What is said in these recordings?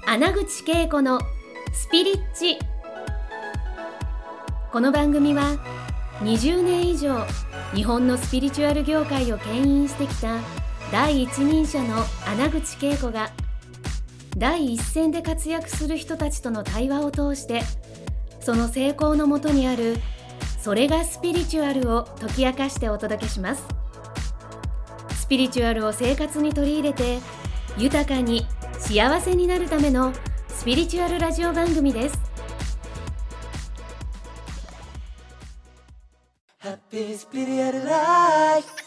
穴口恵子のスピリッチ。この番組は20年以上日本のスピリチュアル業界を牽引してきた第一人者の穴口恵子が第一線で活躍する人たちとの対話を通して、その成功のもとにあるそれがスピリチュアルを解き明かしてお届けします。スピリチュアルを生活に取り入れて豊かに幸せになるためのスピリチュアルラジオ番組です。 ハッピースピリチュアルライフ。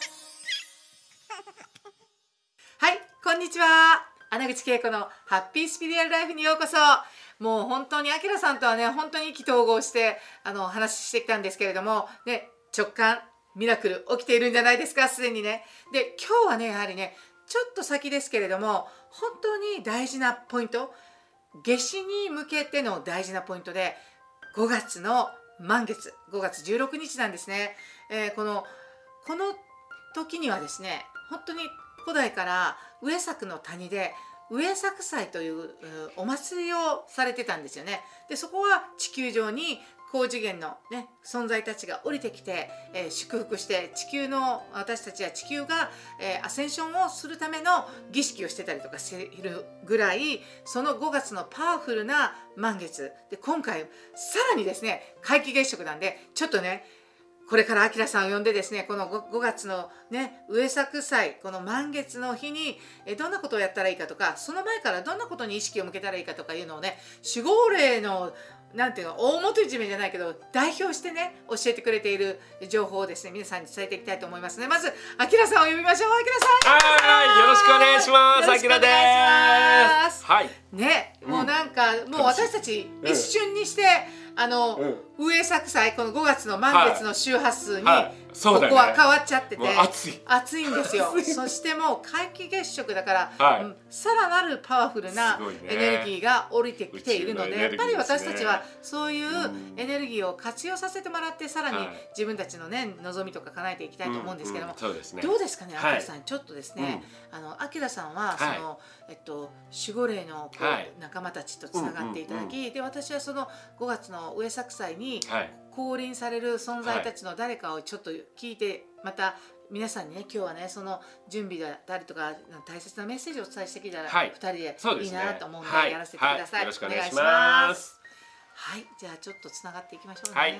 はい、こんにちは。穴口恵子のハッピースピリチュアルライフにようこそ。もう本当にあきらさんとはね、本当に意気投合して話してきたんですけれどもね、直感ミラクル起きているんじゃないですか、すでにね。で、今日はね、やはりね、ちょっと先ですけれども、本当に大事なポイント、夏至に向けての大事なポイントで、5月の満月、5月16日なんですね。この時にはですね、本当に古代から上作の谷で上作祭というお祭りをされてたんですよね。で、そこは地球上に高次元の、ね、存在たちが降りてきて、祝福して地球の私たちや地球が、アセンションをするための儀式をしてたりとかするぐらい、その5月のパワフルな満月で、今回さらにですね、皆既月食なんで、ちょっとね、これからあきらさんを呼んでですね、この 5月のね、上作祭、この満月の日にどんなことをやったらいいかとか、その前からどんなことに意識を向けたらいいかとかいうのをね、守護霊のなんていうの、大元締めじゃないけど代表してね、教えてくれている情報をですね、皆さんに伝えていきたいと思いますね。まずあきらさんを呼びましょう。あきらさん、 はい、よろしくお願いします。あきらです。はい。 ね、もうなんか、もう私たち一瞬にして上作祭、この5月の満月の周波数に、ここは変わっちゃってて、暑いんですよ。そしてもう皆既月食だから、さらなるパワフルなエネルギーが降りてきているので、やっぱり私たちはそういうエネルギーを活用させてもらって、さらに自分たちのね、望みとか叶えていきたいと思うんですけども、どうですかね、あきらさん、ちょっとですね、あきらさんはその守護霊の仲間たちとつながっていただき、で、私はその5月の上作祭に降臨される存在たちの誰かをちょっと聞いて、また皆さんにね、今日はね、その準備だったりとか大切なメッセージをお伝えしてきたら、2人でいいなと思うのでやらせてください。 よろしくお願いします。 はい、じゃあちょっとつながっていきましょうね。 はい。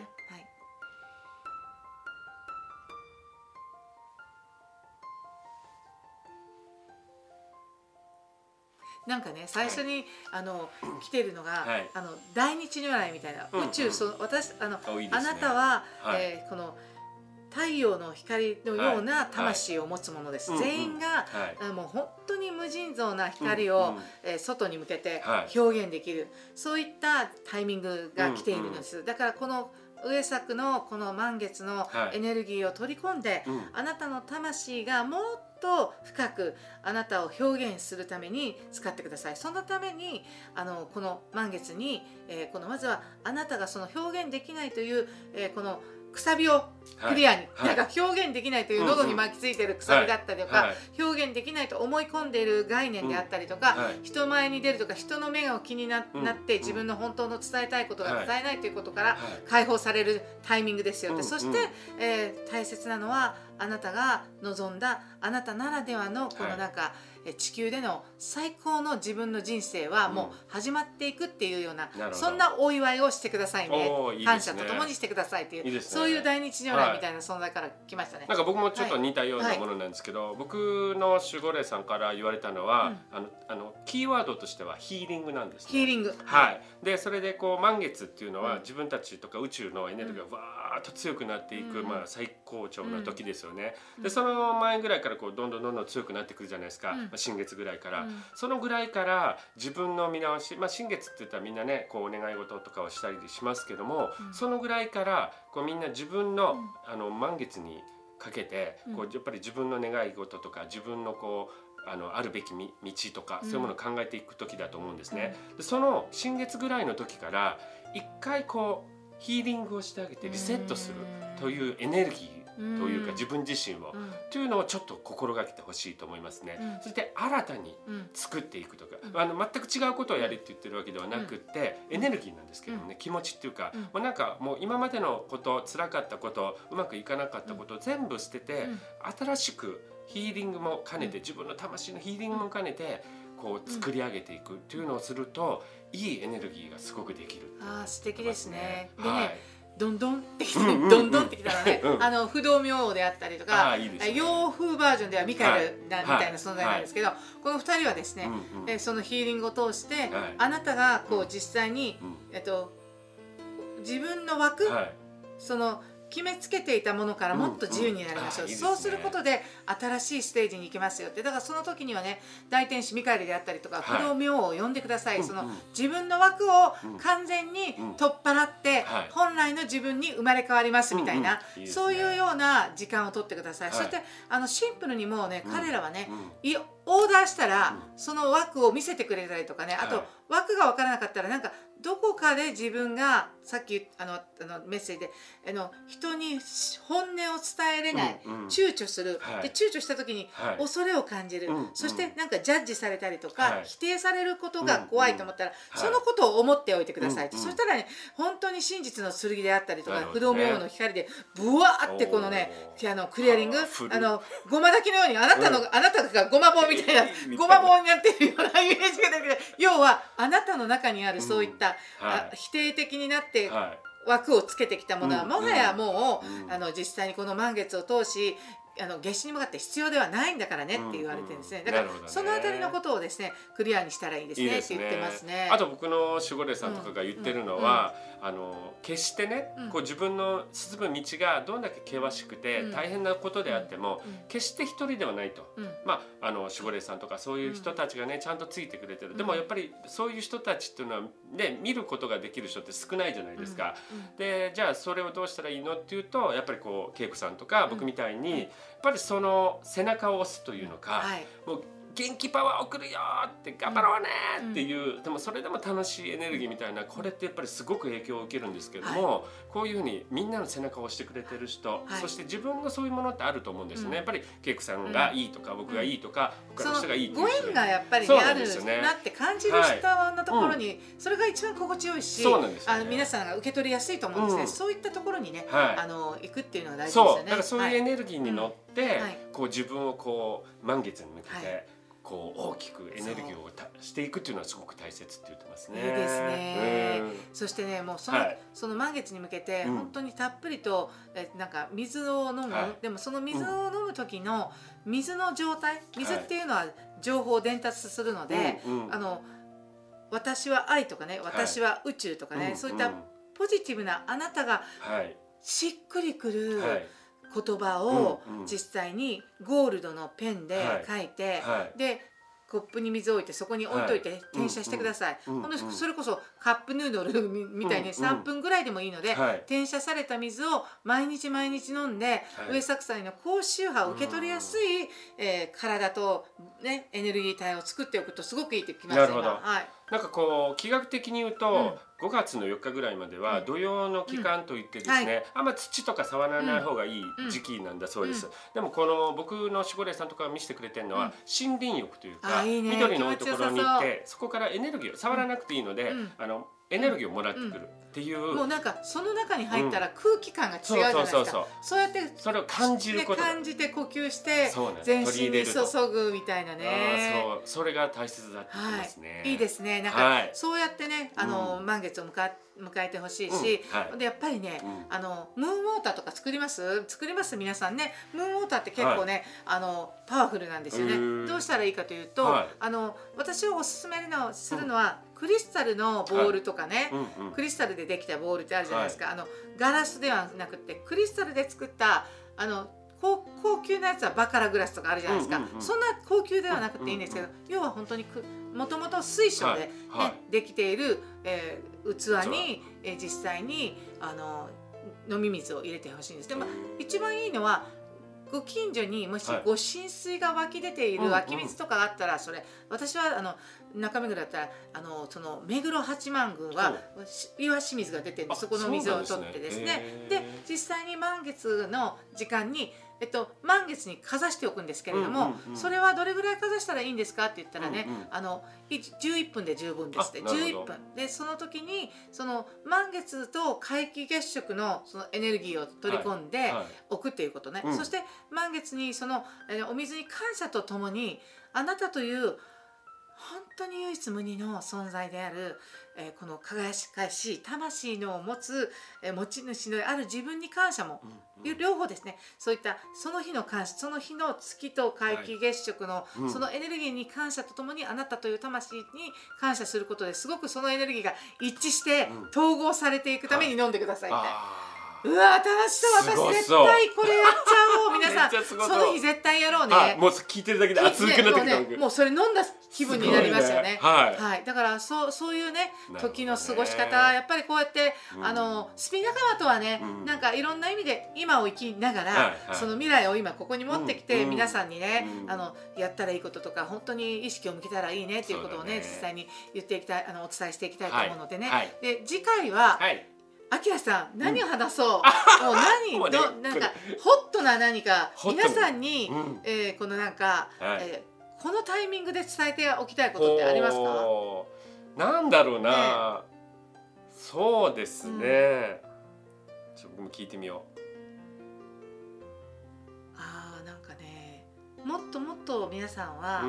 なんかね、最初に来ているのが大日如来みたいな、宇宙、私あなたはこの太陽の光のような魂を持つものです。全員がもう本当に無尽蔵な光を外に向けて表現できる、そういったタイミングが来ているんです。だからこの上作のこの満月のエネルギーを取り込んで、あなたの魂がもっと深くあなたを表現するために使ってください。そのためにこの満月に、まずはあなたがその表現できないという、このくさびをクリアに、なんか表現できないという喉に巻きついているくさびだったりとか、表現できないと思い込んでいる概念であったりとか、人前に出るとか人の目が気になって自分の本当の伝えたいことが伝えないということから解放されるタイミングですよって。そして、大切なのはあなたが望んだあなたならではのこのなんか、地球での最高の自分の人生はもう始まっていくっていうような、そんなお祝いをしてくださいね。感謝とともにしてくださいっていう、そういう大日如来みたいな存在から来ましたね。 なんか僕もちょっと似たようなものなんですけど、僕の守護霊さんから言われたのは、キーワードとしてはヒーリングなんですね。 ヒーリング。 はい。で、それでこう満月っていうのは自分たちとか宇宙のエネルギーがわーっと強くなっていく、最高潮の時ですよね。で、その前ぐらいからこうどんどん強くなってくるじゃないですか。新月ぐらいから、そのぐらいから自分の見直し、新月って言ったらみんなね、こうお願い事とかをしたりしますけども、そのぐらいからこうみんな自分の、満月にかけてこうやっぱり自分の願い事とか自分のこうあるべき道とか、そういうものを考えていく時だと思うんですね。で、その新月ぐらいの時から一回こうヒーリングをしてあげてリセットするというエネルギーというか自分自身を、というのをちょっと心がけてほしいと思いますね。そして新たに作っていくとか、全く違うことをやれって言ってるわけではなくってエネルギーなんですけどね、気持ちっていうか、なんかもう今までのこと辛かったことうまくいかなかったことを全部捨てて、新しくヒーリングも兼ねて、自分の魂のヒーリングも兼ねてこう作り上げていくっていうのをすると、いいエネルギーがすごくできる。 素敵ですね。ではいね、どんどんってきたどんどんってきたらね、不動明王であったりとか、 いいですね、 洋風バージョンではミカエルみたいな存在なんですけど、この2人はですね、そのヒーリングを通して、あなたがこう実際に、自分の枠、その決めつけていたものからもっと自由になりましょう。そうすることで新しいステージに行けますよって。だからその時にはね、大天使ミカエルであったりとか不動明王を呼んでください。その自分の枠を完全に取っ払って本来の自分に生まれ変わりますみたいな、そういうような時間を取ってください。そしてシンプルにもうね、彼らはね、オーダーしたらその枠を見せてくれたりとかね、あと枠が分からなかったらなんかどこかで自分がさっきメッセージで人に本音を伝えれない、躊躇する、で躊躇した時に恐れを感じる、そしてなんかジャッジされたりとか、否定されることが怖いと思ったら、そのことを思っておいてください。そしたらね、本当に真実の剣であったりとか不動明王の光でブワーってこのねクリアリング、ごま炊きのようにあなたがごま棒みたいなごま棒になっているようなイメージが出てくる。要はあなたの中にあるそういった否定的になって枠をつけてきたものはもはやもう実際にこの満月を通し夏至に向かって必要ではないんだからねって言われてるんですね。だからそのあたりのことをですねクリアにしたらいいですねって言ってますね。 あと僕の守護霊さんとかが言ってるのは、決してね、こう自分の進む道がどんだけ険しくて大変なことであっても、決して一人ではないと、守護霊さんとかそういう人たちがねちゃんとついてくれてる。でもやっぱりそういう人たちっていうのはね見ることができる人って少ないじゃないですか。でじゃあそれをどうしたらいいのっていうと、やっぱりこう恵子さんとか僕みたいにやっぱりその背中を押すというのか、もう元気パワー送るよって頑張ろうねっていう、でもそれでも楽しいエネルギーみたいな、これってやっぱりすごく影響を受けるんですけども、こういうふうにみんなの背中を押してくれてる人、そして自分のそういうものってあると思うんですね。やっぱり恵子さんがいいとか僕がいいとか他の人がいいっていう、 ご縁がやっぱりねあるなって感じる人のところにそれが一番心地よいし、皆さんが受け取りやすいと思うんですね。そういったところにね行くっていうのが大事ですよね。 だからそういうエネルギーに乗ってこう自分をこう満月に向けてこう大きくエネルギーをしていくっていうのはすごく大切って言ってますね。 いいですね。そしてね、もうその満月に向けて本当にたっぷりとなんか水を飲む、でもその水を飲む時の水の状態、水っていうのは情報を伝達するので、私は愛とかね、私は宇宙とかね、そういったポジティブなあなたがしっくりくる言葉を実際にゴールドのペンで書いて、でコップに水を置いてそこに置いといて転写してください。それこそカップヌードルみたいに3分ぐらいでもいいので、転写された水を毎日飲んで、上作祭の高周波を受け取りやすい体とねエネルギー体を作っておくとすごくいいってきます。 なるほど。なんかこう気学的に言うと、5月の4日ぐらいまでは土曜の期間といってですね、あんま土とか触らない方がいい時期なんだそうです。でもこの僕の守護霊さんとかが見せてくれてるのは森林浴というか、緑の多いところに行ってそこからエネルギーを触らなくていいので、エネルギーをもらってくるっていう、 もうなんかその中に入ったら空気感が違うじゃないですか。そうやってそれを感じること、 感じて呼吸して全身に注ぐみたいなね。 それが大切だって言ってますね。 いいですね。なんかそうやってね満月を迎えてほしいし、でやっぱりねムーンウォーターとか作ります皆さんね。ムーンウォーターって結構ねパワフルなんですよね。どうしたらいいかというと、私をおすすめするのはクリスタルのボールとかね、クリスタルでできたボールってあるじゃないですか。ガラスではなくてクリスタルで作った高級なやつはバカラグラスとかあるじゃないですか。そんな高級ではなくていいんですけど、要は本当にもともと水晶でできている器に実際に飲み水を入れてほしいんです。でも一番いいのはご近所にもしご浸水が湧き出ている湧き水とかがあったら、それ私は中目黒だったらその目黒八幡宮は岩清水が出てるんで、そこの水を取ってですね、で実際に満月の時間に満月にかざしておくんですけれども、それはどれぐらいかざしたらいいんですかって言ったらね、11分で十分ですって。11分でその時にその満月と皆既月食のそのエネルギーを取り込んでおくっていうことね。そして満月にそのお水に感謝とともに、あなたという本当に唯一無二の存在である、この輝かしい魂の持つ、持ち主のある自分に感謝も、両方ですね。そういったその日の感謝、その日の月と皆既月食のそのエネルギーに感謝とともに、あなたという魂に感謝することで、すごくそのエネルギーが一致して統合されていくために飲んでくださいみたいな。うわ楽しそう。私絶対これやっちゃおう。皆さんその日絶対やろうね。 もう聞いてるだけで熱くなってきた、 ね、もうそれ飲んだ気分になりますよね。はい、だからそういうね時の過ごし方、やっぱりこうやってスピ仲間とはね、なんかいろんな意味で今を生きながら、その未来を今ここに持ってきて、皆さんにねやったらいいこととか、本当に意識を向けたらいいねっていうことをね、実際に言っていきたい、お伝えしていきたいと思うのでね。で次回はあきらさん何を話そう、もうなんかホットな何か皆さんに、このなんか、このタイミングで伝えておきたいことってありますか？ なんだろうな、そうですね、僕も聞いてみよう。なんかね、もっともっと皆さんは、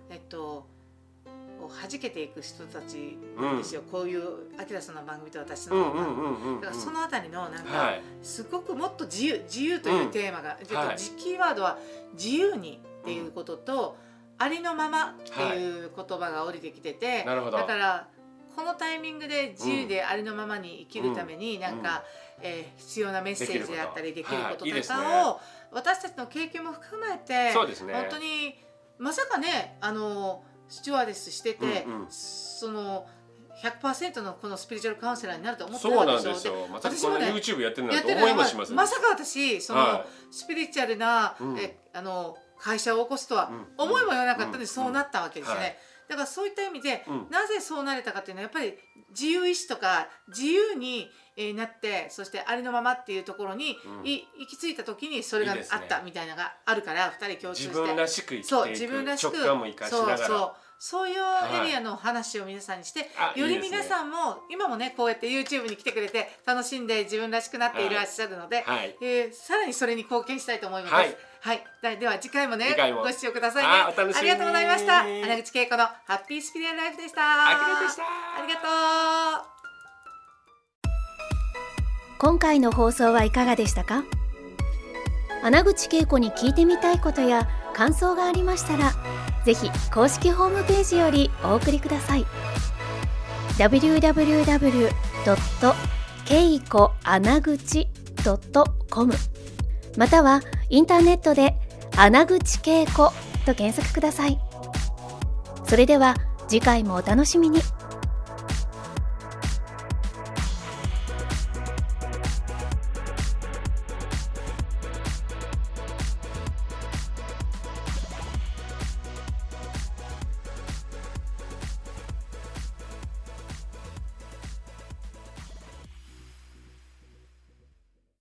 弾けていく人たちなんですよ、こういうあきらさんの番組と私の番組だから、そのあたりのなんか、すごくもっと自由というテーマが、キーワードは自由にっていうことと、ありのままっていう言葉が降りてきてて、だからこのタイミングで自由でありのままに生きるために、なんか必要なメッセージであったりできることとかを、私たちの経験も含めて、本当にまさかねスチュワーデスしてて、その 100% のこのスピリチュアルカウンセラーになると思ってなかったでしょ。 そうなんですよ。またこの YouTube やってるなんて思いもしますね。 まさか私そのスピリチュアルな会社を起こすとは思いもよらなかったので、そうなったわけですね。だからそういった意味で、なぜそうなれたかっていうのは、やっぱり自由意志とか自由になって、そしてありのままっていうところに行き着いた時にそれがあったみたいなのがあるから、2人共通して自分らしく生きていく、直感も生かしながら、そういうエリアの話を皆さんにして、より皆さんも今もねこうやって YouTube に来てくれて楽しんで自分らしくなっていらっしゃるので、さらにそれに貢献したいと思います。では次回もねご視聴くださいね。ありがとうございました。穴口恵子のハッピースピリチュアルライフでした。ありがとう。 今回の放送はいかがでしたか？穴口恵子に聞いてみたいことや感想がありましたら、ぜひ公式ホームページよりお送りください。www.keikoanaguchi.com またはインターネットで穴口恵子と検索ください。それでは次回もお楽しみに。